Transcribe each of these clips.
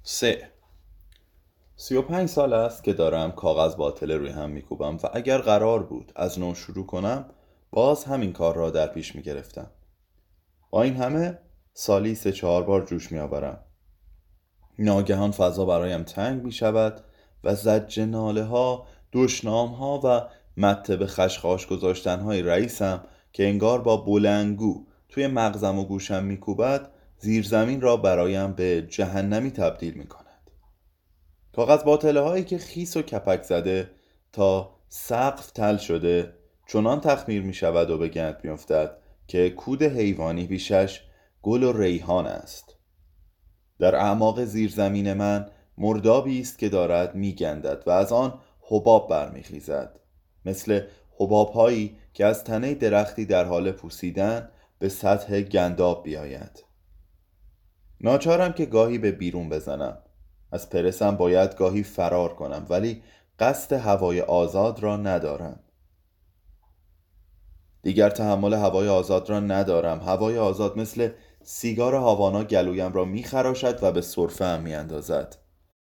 3. 35 سال است که دارم کاغذ باطل روی هم میکوبم و اگر قرار بود از نو شروع کنم باز همین کار را در پیش میگرفتم. با این همه سالی 3-4 بار جوش میآورم. ناگهان فضا برایم تنگ می شود و زجر ناله ها، دشنام ها و مته به خشخاش گذاشتن های رئیسم که انگار با بلندگو توی مغزم و گوشم میکوبد زیرزمین را برایم به جهنمی تبدیل می کند. کاغذ باطله هایی که خیس و کپک زده تا سقف تل شده چنان تخمیر می شود و به گند می افتد که کود حیوانی بیشش گل و ریحان است. در اعماق زیرزمین من مردابی است که دارد میگندد و از آن حباب برمیخیزد، مثل حباب هایی که از تنه درختی در حال پوسیدن به سطح گنداب بیاید. ناچارم که گاهی به بیرون بزنم. از پرسم باید گاهی فرار کنم، ولی قصد هوای آزاد را ندارم. دیگر تحمل هوای آزاد را ندارم. هوای آزاد مثل سیگار هاوانا گلویم را میخراشد و به سرفه هم میاندازد.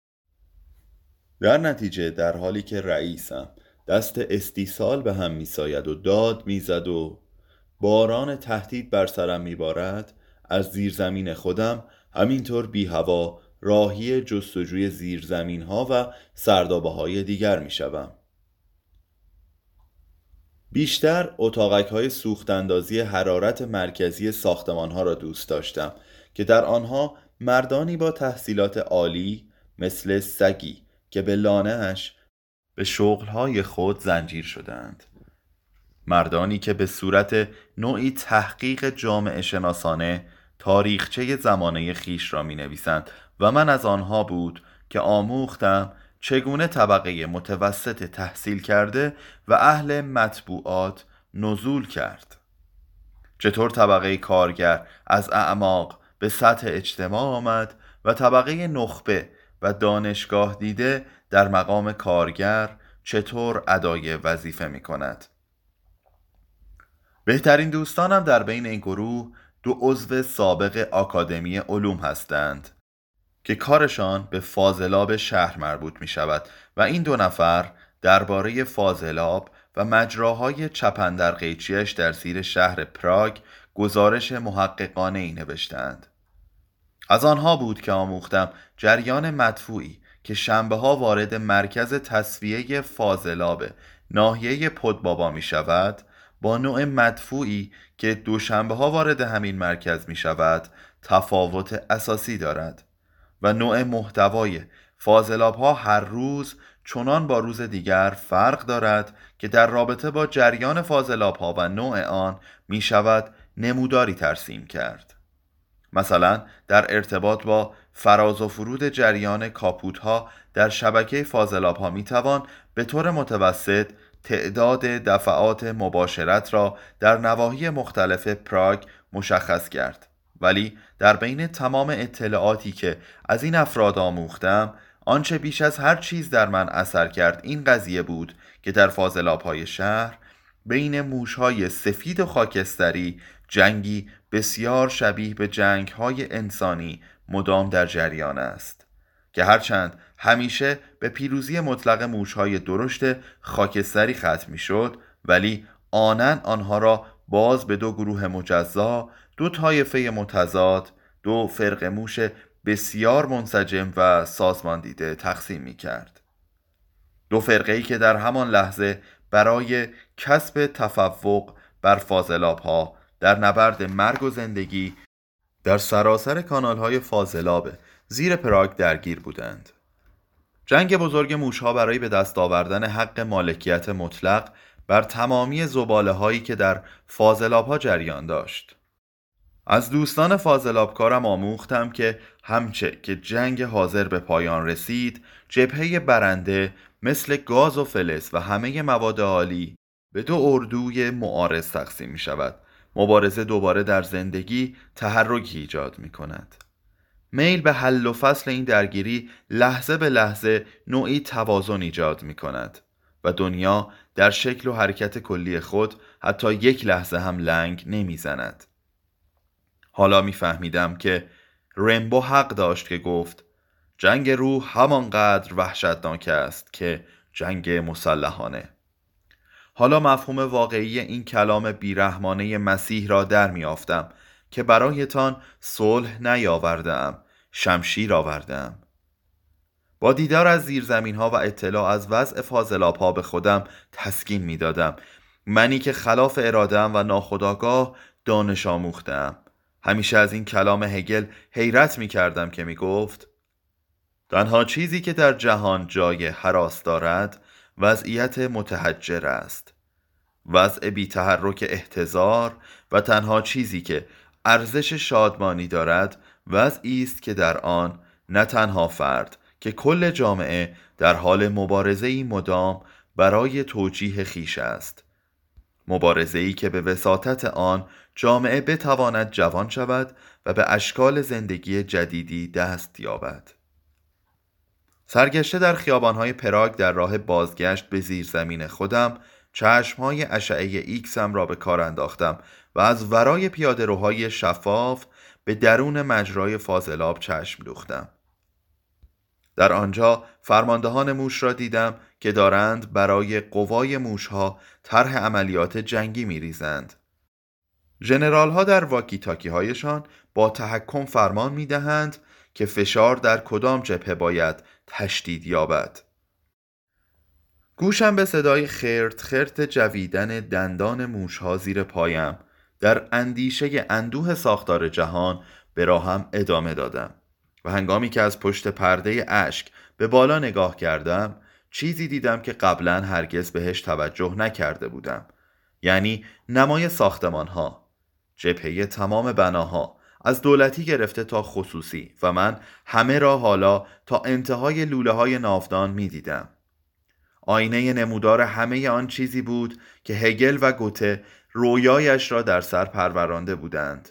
در نتیجه در حالی که رئیسم دست استیصال به هم میساید و داد میزد و باران تهدید بر سرم میبارد، از زیرزمین خودم همینطور بی هوا راهی جستجوی زیرزمین ها و سردابه های دیگر میشوم. بیشتر اتاقک های سوختاندازی حرارت مرکزی ساختمان ها را دوست داشتم که در آنها مردانی با تحصیلات عالی مثل سگی که به لانه‌اش به شغلهای خود زنجیر شدند، مردانی که به صورت نوعی تحقیق جامعه شناسانه تاریخچه زمانه خیش را می نویسند و من از آنها بود که آموختم چگونه طبقه متوسط تحصیل کرده و اهل مطبوعات نزول کرد، چطور طبقه کارگر از اعماق به سطح اجتماع آمد و طبقه نخبه و دانشگاه دیده در مقام کارگر چطور ادای وظیفه می کند. بهترین دوستانم در بین این گروه 2 عضو سابق آکادمی علوم هستند که کارشان به فاضلاب شهر مربوط می شود و این 2 نفر درباره فاضلاب و مجراهای چپندرقیچیش در زیر شهر پراگ گزارش محققانه ای نوشتند. از آنها بود که آموختم جریان مدفوعی که شنبه ها وارد مرکز تصفیه فاضلاب ناحیه پدبابا می شود با نوع مدفوعی که دوشنبه ها وارد همین مرکز می شود تفاوت اساسی دارد و نوع محتوای فاضلاب ها هر روز چنان با روز دیگر فرق دارد که در رابطه با جریان فاضلاب ها و نوع آن می شود نموداری ترسیم کرد. مثلا در ارتباط با فراز و فرود جریان کاپوت ها در شبکه فاضلاب ها می توان به طور متوسط تعداد دفعات مباشرت را در نواحی مختلف پراگ مشخص کرد، ولی در بین تمام اطلاعاتی که از این افراد آموختم آنچه بیش از هر چیز در من اثر کرد این قضیه بود که در فاضلاب‌های شهر بین موش‌های سفید و خاکستری جنگی بسیار شبیه به جنگ‌های انسانی مدام در جریان است که هرچند همیشه به پیروزی مطلق موش‌های درشت خاکستری ختم می‌شد، ولی آنها را باز به 2 گروه مجزا، 2 طایفه متضاد، 2 فرق موش بسیار منسجم و سازمان دیده تقسیم می‌کرد. 2 فرقه‌ای که در همان لحظه برای کسب تفوق بر فاضلاب‌ها در نبرد مرگ و زندگی در سراسر کانال‌های فاضلاب زیر پراگ درگیر بودند. جنگ بزرگ موش‌ها برای به دست آوردن حق مالکیت مطلق بر تمامی زباله‌هایی که در فاضلاب‌ها جریان داشت. از دوستان فاضلابکارم آموختم که همچه که جنگ حاضر به پایان رسید، جبهه برنده مثل گاز و فلز و همه مواد آلی به 2 اردوی معارض تقسیم می شود. مبارزه دوباره در زندگی تحرکی ایجاد می کند. میل به حل و فصل این درگیری لحظه به لحظه نوعی توازن ایجاد می کند و دنیا در شکل و حرکت کلی خود حتی یک لحظه هم لنگ نمی زند. حالا می فهمیدم که رمبو حق داشت که گفت جنگ روح همانقدر وحشتناک است که جنگ مسلحانه. حالا مفهوم واقعی این کلام بیرحمانه مسیح را در میافتم که برایتان صلح نیاوردم، شمشیر آوردم. با دیدار از زیرزمین ها و اطلاع از وضع فاضلاب ها به خودم تسکین می دادم. منی که خلاف اراده‌ام و ناخودآگاه دانش آموختم. همیشه از این کلام هگل حیرت می کردم که می گفت تنها چیزی که در جهان جای هراس دارد وضعیت متحجر است، وضع بی تحرک احتضار، و تنها چیزی که ارزش شادمانی دارد وضعی است که در آن نه تنها فرد که کل جامعه در حال مبارزه‌ای مدام برای توجیه خویش است، مبارزه‌ای که به وساطت آن جامعه بتواند جوان شود و به اشکال زندگی جدیدی دست یابد. سرگشته در خیابان‌های پراگ در راه بازگشت به زیرزمین خودم، چشم‌های اشعه ایکسم را به کار انداختم و از ورای پیاده‌روهای شفاف به درون مجرای فاضلاب چشم دوختم. در آنجا فرماندهان موش را دیدم که دارند برای قوای موشها طرح عملیات جنگی می‌ریزند. ژنرال‌ها در واکی تاکی هایشان با تحکم فرمان می‌دهند که فشار در کدام جبهه باید تشدید یابد. گوشم به صدای خرت خرت جویدن دندان موشها زیر پایم در اندیشه اندوه ساختار جهان به راهم ادامه دادم و هنگامی که از پشت پرده اشک به بالا نگاه کردم چیزی دیدم که قبلا هرگز بهش توجه نکرده بودم، یعنی نمای ساختمان ها، جبهه تمام بناها از دولتی گرفته تا خصوصی، و من همه را حالا تا انتهای لوله های ناودان می دیدم. آینه نمودار همه آن چیزی بود که هگل و گوته رویایش را در سر پرورانده بودند.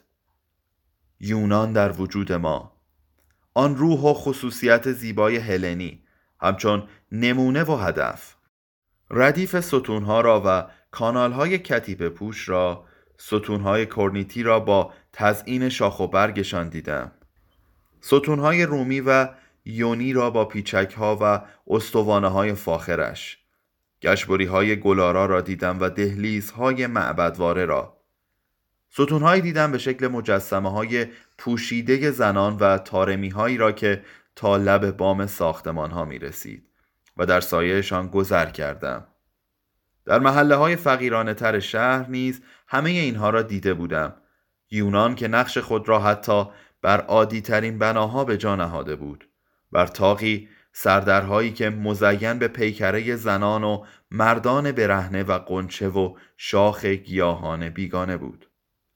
یونان در وجود ما، آن روح و خصوصیت زیبای هلنی همچون نمونه و هدف، ردیف ستونها را و کانالهای کتیبه پوش را، ستونهای کرنیتی را با تزیین شاخ و برگشان دیدم، ستونهای رومی و یونی را با پیچکها و استوانه‌های فاخرش، گشبریهای گلارا را دیدم و دهلیزهای معبدواره را. ستونهایی دیدم به شکل مجسمه‌های پوشیده زنان و طارمی‌هایی را که تا لب بام ساختمان‌ها می‌رسید و در سایه‌شان گذر کردم. در محله‌های فقیرانه تر شهر نیز همه اینها را دیده بودم. یونان که نقش خود را حتی بر عادی ترین بناها به جا نهاده بود، بر طاقی سردرهایی که مزین به پیکره زنان و مردان برهنه و قنچه و شاخ گیاهان بیگانه بود.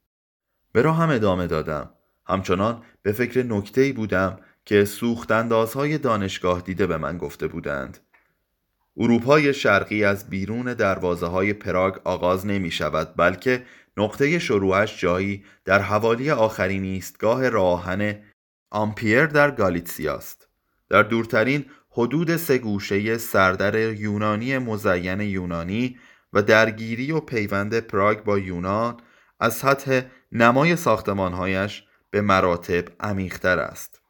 به راهم ادامه دادم، همچنان به فکر نکته‌ای بودم که سوخت‌اندازهای دانشگاه دیده به من گفته بودند. اروپای شرقی از بیرون دروازه‌های پراگ آغاز نمی شود، بلکه نقطه شروعش جایی در حوالی آخرین ایستگاه راهن آمپیر در گالیتسیا است. در دورترین حدود سه گوشه سردر یونانی مزین یونانی و درگیری و پیوند پراگ با یونان از سطح نمای ساختمانهایش به مراتب عمیق‌تر است.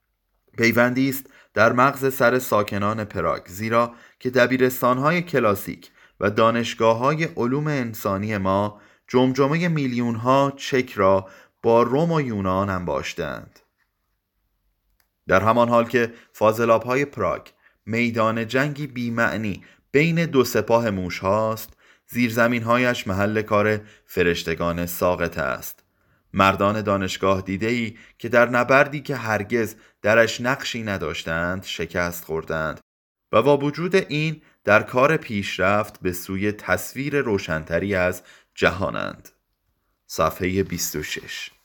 پیوندی است در مغز سر ساکنان پراگ، زیرا که دبیرستان‌های کلاسیک و دانشگاه‌های علوم انسانی ما جمجمه میلیون‌ها چک را با روم و یونان انباشتند. در همان حال که فاضلاب‌های پراگ میدان جنگی بی‌معنی بین دو سپاه موش هاست، زیرزمین‌هایش محل کار فرشتگان ساقط است. مردان دانشگاه دیده‌ای که در نبردی که هرگز درش نقشی نداشتند شکست خوردند و با وجود این در کار پیشرفت به سوی تصویر روشنتری از جهانند. صفحه 26.